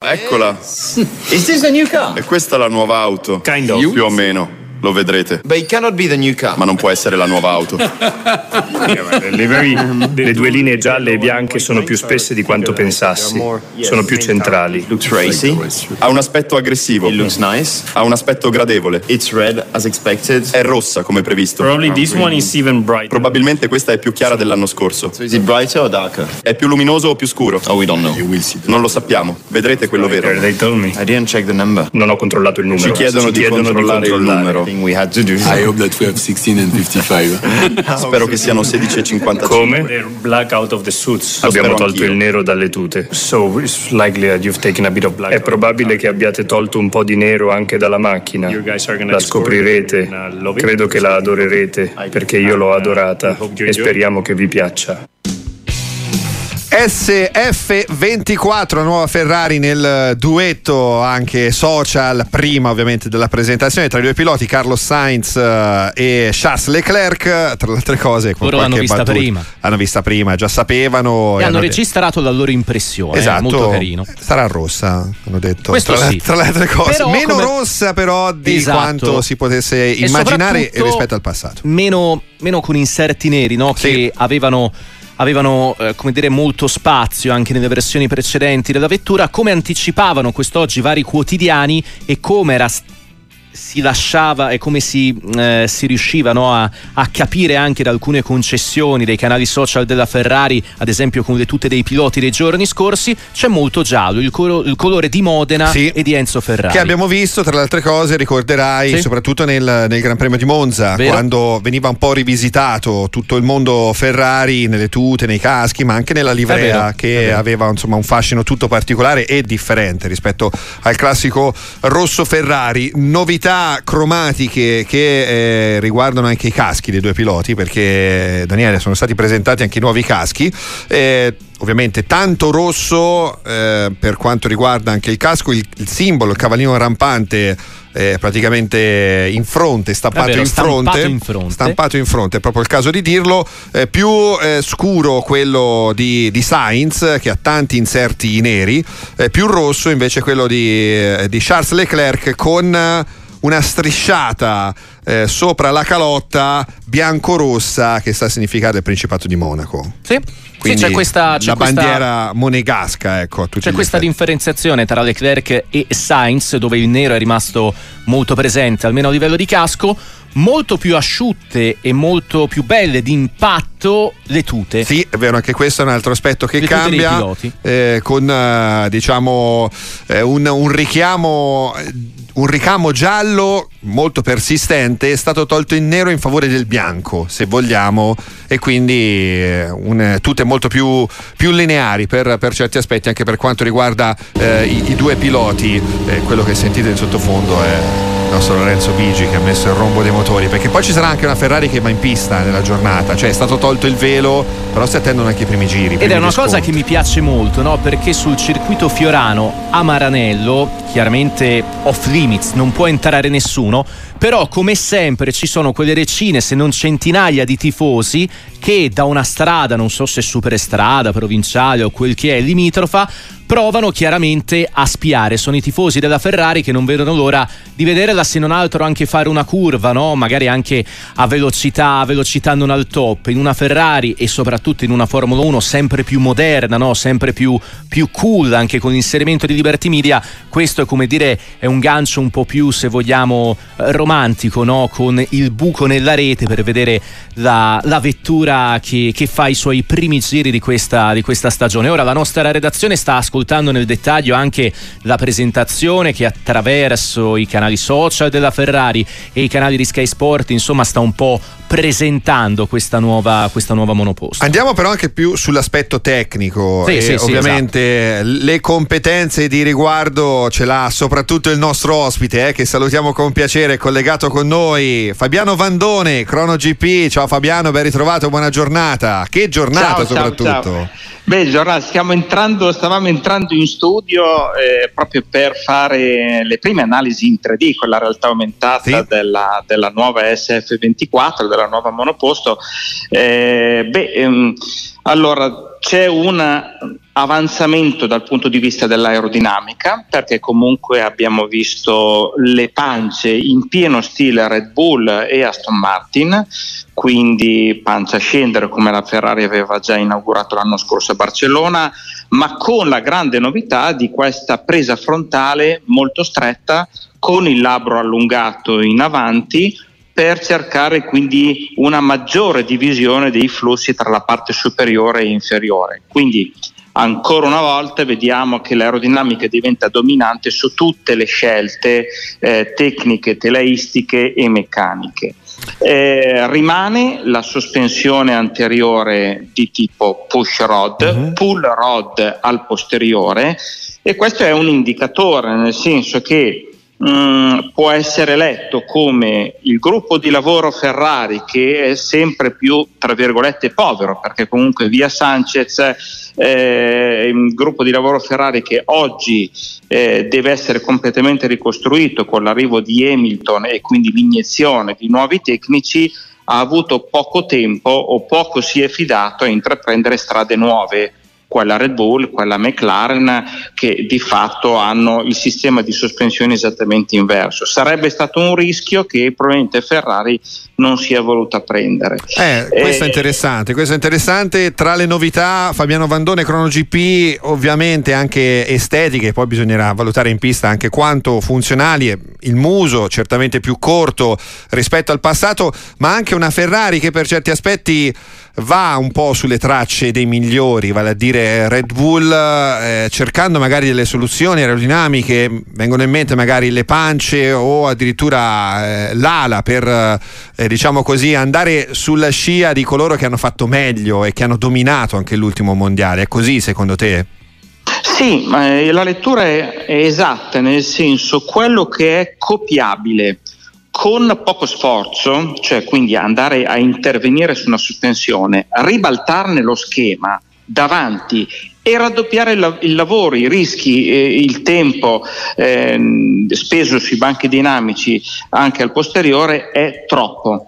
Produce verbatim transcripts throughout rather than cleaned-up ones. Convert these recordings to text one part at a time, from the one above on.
eccola. Is this a new car? E questa è la nuova auto. Kind of. Più o meno. Lo vedrete. But it cannot be the new car. Ma non può essere la nuova auto. Le, livery, le due linee gialle e bianche sono più spesse di quanto pensassi. Sono più centrali. Looks racy. Ha un aspetto aggressivo. It looks nice. Ha un aspetto gradevole. It's red as expected. È rossa come previsto. Probably this one is even brighter. Probabilmente questa è più chiara dell'anno scorso. So is it brighter or darker? È più luminoso o più scuro? Oh, we don't know. Non lo sappiamo. Vedrete quello vero. They told me. I didn't check the number. Non ho controllato il numero. Ci chiedono, Ci di, chiedono controllare di controllare il numero. Thing we had to do. I hope that we have sixteen and fifty-five. Spero che siano sedici e cinquantacinque. Come? Black out of the suits. Lo Abbiamo spero tolto anch'io. il nero dalle tute. So it's likely that you've taken a bit of black. È probabile che abbiate tolto un po' di nero anche dalla macchina. La scoprirete. Credo che la adorerete perché io l'ho adorata e speriamo che vi piaccia. S F ventiquattro, nuova Ferrari nel duetto anche social, prima ovviamente della presentazione tra i due piloti, Carlos Sainz uh, e Charles Leclerc. Tra le altre cose, con loro l'hanno vista battuta, prima. Hanno vista prima, già sapevano. E, e hanno hanno registrato la loro impressione. Esatto, molto carino. Sarà rossa, hanno detto. Questo tra, sì. tra le altre cose, Però meno come... rossa però di esatto. quanto si potesse E immaginare rispetto al passato. Meno, meno con inserti neri, no? Sì. Che avevano avevano eh, come dire molto spazio anche nelle versioni precedenti della vettura, come anticipavano quest'oggi vari quotidiani e come era st- si lasciava e come si, eh, si riusciva, no, a, a capire anche da alcune concessioni dei canali social della Ferrari, ad esempio con le tute dei piloti dei giorni scorsi, c'è molto giallo, il, colo- il colore di Modena, sì, e di Enzo Ferrari, che abbiamo visto tra le altre cose, ricorderai, sì, soprattutto nel, nel Gran Premio di Monza. Vero? Quando veniva un po' rivisitato tutto il mondo Ferrari nelle tute, nei caschi, ma anche nella livrea, che aveva insomma un fascino tutto particolare e differente rispetto al classico rosso Ferrari. Novità cromatiche che eh, riguardano anche i caschi dei due piloti, perché Daniele sono stati presentati anche i nuovi caschi, eh, ovviamente tanto rosso eh, per quanto riguarda anche il casco, il, il simbolo, il cavallino rampante eh, praticamente in fronte, stampato, vero, in, stampato fronte, in fronte stampato in fronte, è proprio il caso di dirlo. eh, più eh, scuro quello di, di Sainz, che ha tanti inserti neri, eh, più rosso invece quello di, eh, di Charles Leclerc, con una strisciata eh, sopra la calotta bianco-rossa che sta a significare il Principato di Monaco. Sì. Quindi sì, c'è questa, c'è la questa, bandiera monegasca, ecco, a tutti c'è gli questa effetti. differenziazione tra Leclerc e Sainz, dove il nero è rimasto molto presente, almeno a livello di casco. Molto più asciutte e molto più belle d'impatto le tute. Sì, è vero, anche questo è un altro aspetto che le cambia, eh, con eh, diciamo eh, un, un richiamo, un ricamo giallo molto persistente. È stato tolto il nero in favore del bianco, se vogliamo, e quindi eh, un, tute molto più, più lineari per, per certi aspetti, anche per quanto riguarda eh, i, i due piloti. Eh, quello che sentite in sottofondo è il nostro Lorenzo Bigi, che ha messo il rombo dei motori, perché poi ci sarà anche una Ferrari che va in pista nella giornata, cioè è stato tolto il velo, però si attendono anche i primi giri. Ed è una cosa che mi piace molto, no? Perché sul circuito fiorano a Maranello, chiaramente off limits, non può entrare nessuno, però come sempre ci sono quelle decine se non centinaia di tifosi che da una strada, non so se superstrada, provinciale o quel che è, limitrofa, provano chiaramente a spiare. Sono i tifosi della Ferrari che non vedono l'ora di vederla, se non altro anche fare una curva, no? Magari anche a velocità, a velocità non al top, in una Ferrari e soprattutto in una Formula uno sempre più moderna, no? Sempre più, più cool, anche con l'inserimento di Liberty Media. Questo è, come dire, è un gancio un po' più, se vogliamo, romantico, no? Con il buco nella rete per vedere la, la vettura che, che fa i suoi primi giri di questa, di questa stagione. Ora la nostra redazione sta ascoltando nel dettaglio anche la presentazione che attraverso i canali social della Ferrari e i canali di Sky Sport, insomma, sta un po' presentando questa nuova, questa nuova monoposto. Andiamo però anche più sull'aspetto tecnico, sì, e sì, ovviamente sì, esatto, le competenze di riguardo ce l'ha soprattutto il nostro ospite, eh, che salutiamo con piacere, collegato con noi, Fabiano Vandone, Crono G P. Ciao Fabiano, ben ritrovato, buona giornata. Che giornata, ciao, soprattutto. Ciao, ciao. Beh, giornata, stiamo entrando, stavamo entrando in studio eh, proprio per fare le prime analisi in tre D con la realtà aumentata, sì, della, della nuova S F ventiquattro, della nuova monoposto. Eh, beh, ehm, allora c'è un avanzamento dal punto di vista dell'aerodinamica, perché comunque abbiamo visto le pance in pieno stile Red Bull e Aston Martin, quindi pancia a scendere come la Ferrari aveva già inaugurato l'anno scorso a Barcellona, ma con la grande novità di questa presa frontale molto stretta con il labbro allungato in avanti, per cercare quindi una maggiore divisione dei flussi tra la parte superiore e inferiore. Quindi ancora una volta vediamo che l'aerodinamica diventa dominante su tutte le scelte eh, tecniche, teleistiche e meccaniche. Eh, rimane la sospensione anteriore di tipo push rod, uh-huh. pull rod al posteriore, e questo è un indicatore, nel senso che Mm, può essere letto come il gruppo di lavoro Ferrari, che è sempre più tra virgolette povero, perché comunque via Sanchez eh, il gruppo di lavoro Ferrari che oggi eh, deve essere completamente ricostruito con l'arrivo di Hamilton e quindi l'iniezione di nuovi tecnici, ha avuto poco tempo o poco si è fidato a intraprendere strade nuove, quella Red Bull, quella McLaren, che di fatto hanno il sistema di sospensione esattamente inverso. Sarebbe stato un rischio che probabilmente Ferrari non si è voluta prendere. Eh, questo eh, è interessante, questo è interessante. Tra le novità, Fabiano Vandone, Crono G P, ovviamente anche estetiche, poi bisognerà valutare in pista anche quanto funzionali, il muso certamente più corto rispetto al passato, ma anche una Ferrari che per certi aspetti va un po' sulle tracce dei migliori, vale a dire Red Bull, eh, cercando magari delle soluzioni aerodinamiche. Vengono in mente magari le pance o addirittura eh, l'ala per eh, diciamo così andare sulla scia di coloro che hanno fatto meglio e che hanno dominato anche l'ultimo mondiale. È così secondo te? Sì, ma la lettura è, è esatta, nel senso, quello che è copiabile con poco sforzo, cioè quindi andare a intervenire su una sospensione, ribaltarne lo schema davanti e raddoppiare il, il lavoro, i rischi, eh, il tempo eh, speso sui banchi dinamici anche al posteriore è troppo.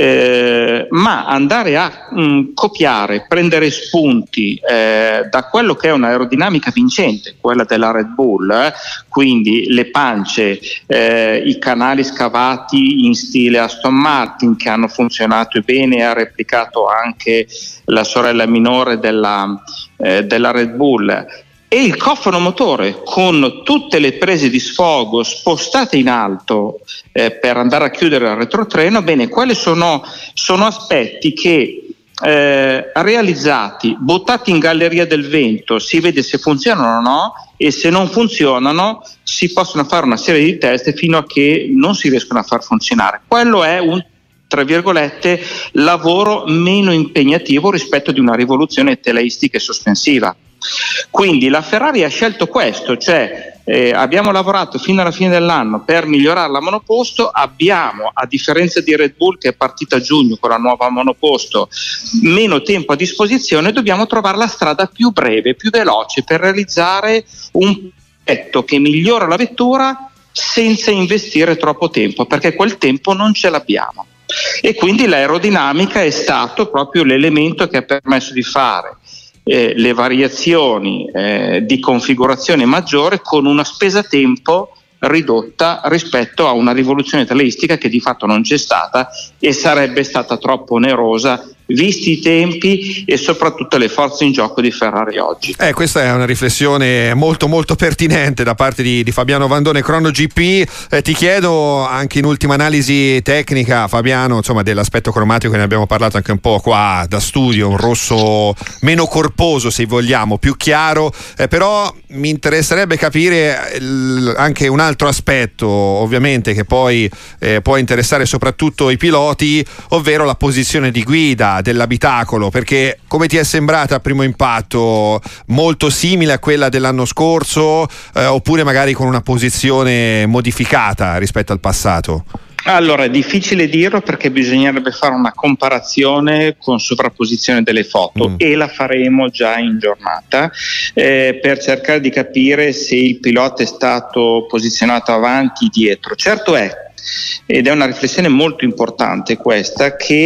Eh, ma andare a mh, copiare, prendere spunti eh, da quello che è un'aerodinamica vincente, quella della Red Bull, eh, quindi le pance, eh, i canali scavati in stile Aston Martin che hanno funzionato bene e ha replicato anche la sorella minore della, eh, della Red Bull, e il cofano motore con tutte le prese di sfogo spostate in alto eh, per andare a chiudere il retrotreno. Bene, quelli sono, sono aspetti che eh, realizzati, buttati in galleria del vento, si vede se funzionano o no, e se non funzionano si possono fare una serie di test fino a che non si riescono a far funzionare. Quello è un, tra virgolette, lavoro meno impegnativo rispetto di una rivoluzione teleistica e sospensiva. Quindi la Ferrari ha scelto questo, cioè eh, abbiamo lavorato fino alla fine dell'anno per migliorare la monoposto, abbiamo, a differenza di Red Bull che è partita a giugno con la nuova monoposto, meno tempo a disposizione, dobbiamo trovare la strada più breve, più veloce per realizzare un progetto che migliora la vettura senza investire troppo tempo, perché quel tempo non ce l'abbiamo. E quindi l'aerodinamica è stato proprio l'elemento che ha permesso di fare Eh, le variazioni eh, di configurazione maggiore con una spesa tempo ridotta rispetto a una rivoluzione teleistica che di fatto non c'è stata e sarebbe stata troppo onerosa visti i tempi e soprattutto le forze in gioco di Ferrari oggi. Eh, questa è una riflessione molto molto pertinente da parte di, di Fabiano Vandone, Crono G P. Eh, ti chiedo anche in ultima analisi tecnica, Fabiano, insomma, dell'aspetto cromatico che ne abbiamo parlato anche un po' qua da studio, un rosso meno corposo se vogliamo, più chiaro, eh, però mi interesserebbe capire il, anche un altro aspetto ovviamente che poi eh, può interessare soprattutto i piloti, ovvero la posizione di guida dell'abitacolo, perché come ti è sembrata a primo impatto? Molto simile a quella dell'anno scorso eh, oppure magari con una posizione modificata rispetto al passato? Allora, è difficile dirlo perché bisognerebbe fare una comparazione con sovrapposizione delle foto mm. e la faremo già in giornata eh, per cercare di capire se il pilota è stato posizionato avanti, dietro. Certo è, ed è una riflessione molto importante questa, che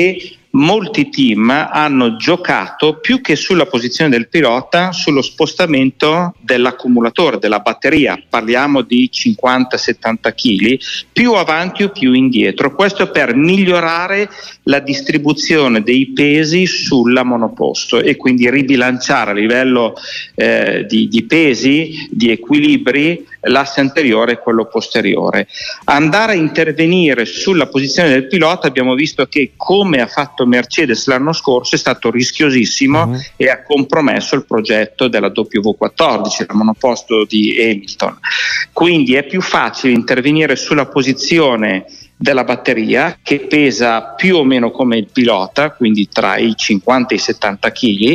molti team hanno giocato più che sulla posizione del pilota sullo spostamento dell'accumulatore, della batteria, parliamo di cinquanta settanta chili, più avanti o più indietro, questo per migliorare la distribuzione dei pesi sulla monoposto e quindi ribilanciare a livello eh, di, di pesi, di equilibri, l'asse anteriore e quello posteriore. Andare a intervenire sulla posizione del pilota, abbiamo visto che, come ha fatto Mercedes l'anno scorso, è stato rischiosissimo uh-huh. e ha compromesso il progetto della W quattordici, il monoposto di Hamilton. Quindi è più facile intervenire sulla posizione della batteria, che pesa più o meno come il pilota, quindi tra i cinquanta e i settanta chili,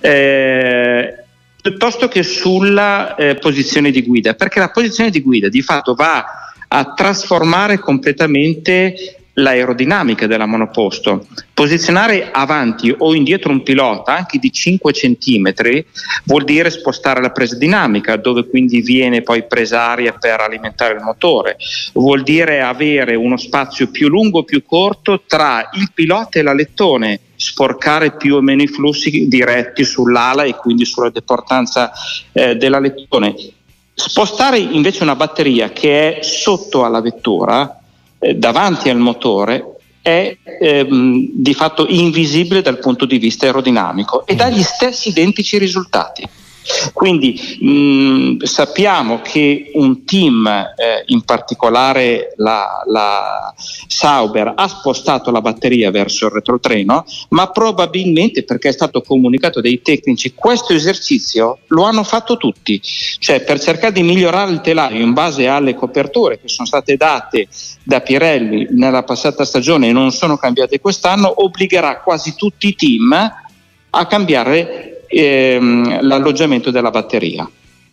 eh, piuttosto che sulla eh, posizione di guida, perché la posizione di guida di fatto va a trasformare completamente l'aerodinamica della monoposto. Posizionare avanti o indietro un pilota anche di cinque centimetri vuol dire spostare la presa dinamica, dove quindi viene poi presa aria per alimentare il motore, vuol dire avere uno spazio più lungo o più corto tra il pilota e l'alettone, sporcare più o meno i flussi diretti sull'ala e quindi sulla deportanza eh, dell'alettone. Spostare invece una batteria che è sotto alla vettura, eh, davanti al motore, è ehm, di fatto invisibile dal punto di vista aerodinamico e dà gli stessi identici risultati. Quindi mh, sappiamo che un team, eh, in particolare la, la Sauber, ha spostato la batteria verso il retrotreno, ma probabilmente, perché è stato comunicato dai tecnici, questo esercizio lo hanno fatto tutti, cioè per cercare di migliorare il telaio in base alle coperture che sono state date da Pirelli nella passata stagione e non sono cambiate quest'anno, obbligherà quasi tutti i team a cambiare Ehm, l'alloggiamento della batteria.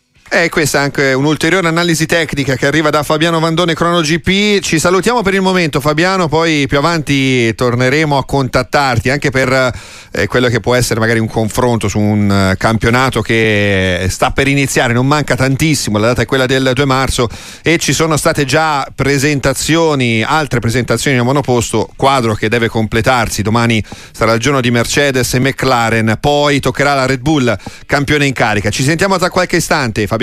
E questa è anche un'ulteriore analisi tecnica che arriva da Fabiano Vandone, Crono G P. Ci salutiamo per il momento, Fabiano, poi più avanti torneremo a contattarti anche per eh, quello che può essere magari un confronto su un uh, campionato che sta per iniziare, non manca tantissimo, la data è quella del due marzo e ci sono state già presentazioni, altre presentazioni a monoposto, quadro che deve completarsi. Domani sarà il giorno di Mercedes e McLaren, poi toccherà la Red Bull, campione in carica. Ci sentiamo tra qualche istante, Fabiano.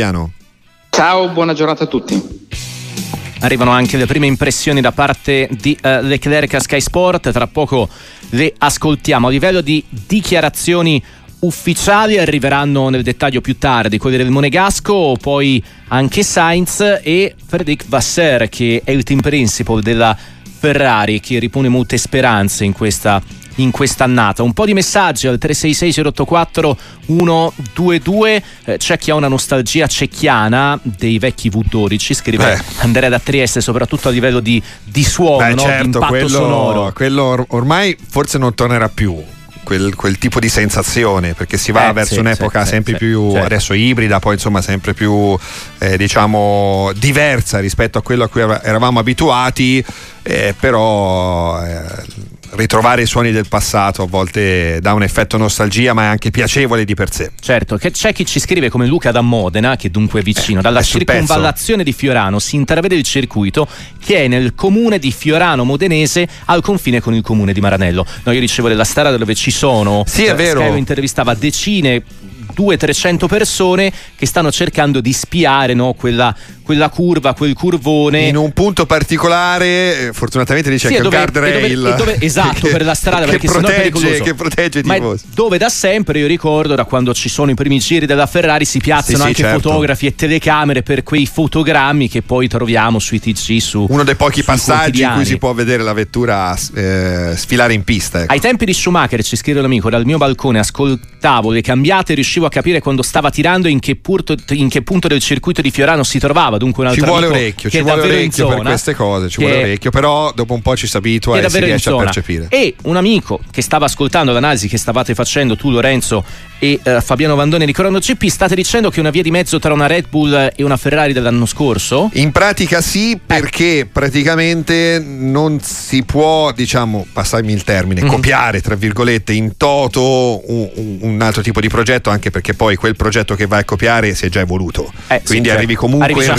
Ciao, buona giornata a tutti. Arrivano anche le prime impressioni da parte di uh, Leclerc a Sky Sport, tra poco le ascoltiamo. A livello di dichiarazioni ufficiali arriveranno nel dettaglio più tardi quelle del Monegasco, poi anche Sainz e Frédéric Vasseur, che è il team principal della Ferrari, che ripone molte speranze in questa in quest'annata. Un po' di messaggi al tre sei sei zero otto quattro uno due due. Eh, c'è chi ha una nostalgia cecchiana dei vecchi V dodici, scrive eh. Andrea da Trieste, soprattutto a livello di, di suono. Beh, no? Certo, di impatto quello, sonoro. Quello or- ormai forse non tornerà più. Quel, quel tipo di sensazione, perché si va eh, verso sì, un'epoca sì, sempre sì, più sì. adesso ibrida, poi insomma sempre più eh, diciamo diversa rispetto a quello a cui eravamo abituati, eh, però eh, ritrovare i suoni del passato a volte dà un effetto nostalgia, ma è anche piacevole di per sé. Certo, che c'è chi ci scrive come Luca da Modena, che dunque è vicino, dalla circonvallazione di Fiorano si intravede il circuito che è nel comune di Fiorano Modenese al confine con il comune di Maranello. No, io dicevo della strada dove ci sono, sì, è vero. Sky intervistava decine, duecento trecento persone che stanno cercando di spiare, no, quella, quella curva, quel curvone in un punto particolare. Fortunatamente dice sì, che è un dove, guardrail e dove, e dove, esatto, che, per la strada, che perché protegge, sennò è pericoloso. Che protegge i Ma tifosi. Dove da sempre, io ricordo, da quando ci sono i primi giri della Ferrari, si piazzano sì, sì, anche certo. fotografi e telecamere per quei fotogrammi che poi troviamo sui T G, su uno dei pochi passaggi quotidiani in cui si può vedere la vettura eh, sfilare in pista, ecco. Ai tempi di Schumacher, ci scrive l'amico, dal mio balcone ascoltavo le cambiate e riuscivo a capire quando stava tirando in che, purto, in che punto del circuito di Fiorano si trovava. Dunque un altro ci vuole amico orecchio, che ci è vuole davvero orecchio in zona, per queste cose, ci che vuole orecchio, però dopo un po' ci si abitua e si riesce a percepire. E un amico che stava ascoltando l'analisi che stavate facendo tu, Lorenzo, e uh, Fabiano Vandone di Crono G P, state dicendo che una via di mezzo tra una Red Bull e una Ferrari dell'anno scorso? In pratica sì, perché eh. praticamente non si può, diciamo, passarmi il termine, mm-hmm. copiare tra virgolette in toto un, un altro tipo di progetto, anche perché poi quel progetto che vai a copiare si è già evoluto, eh, quindi sì, arrivi comunque arrivi in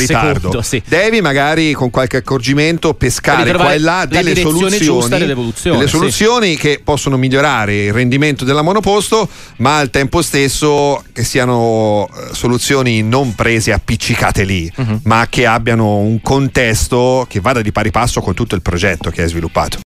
ritardo. secondo, sì. Devi magari con qualche accorgimento pescare qua e là delle soluzioni, delle soluzioni sì. che possono migliorare il rendimento della monoposto, ma al tempo stesso che siano soluzioni non prese appiccicate lì, uh-huh. ma che abbiano un contesto che vada di pari passo con tutto il progetto che hai sviluppato.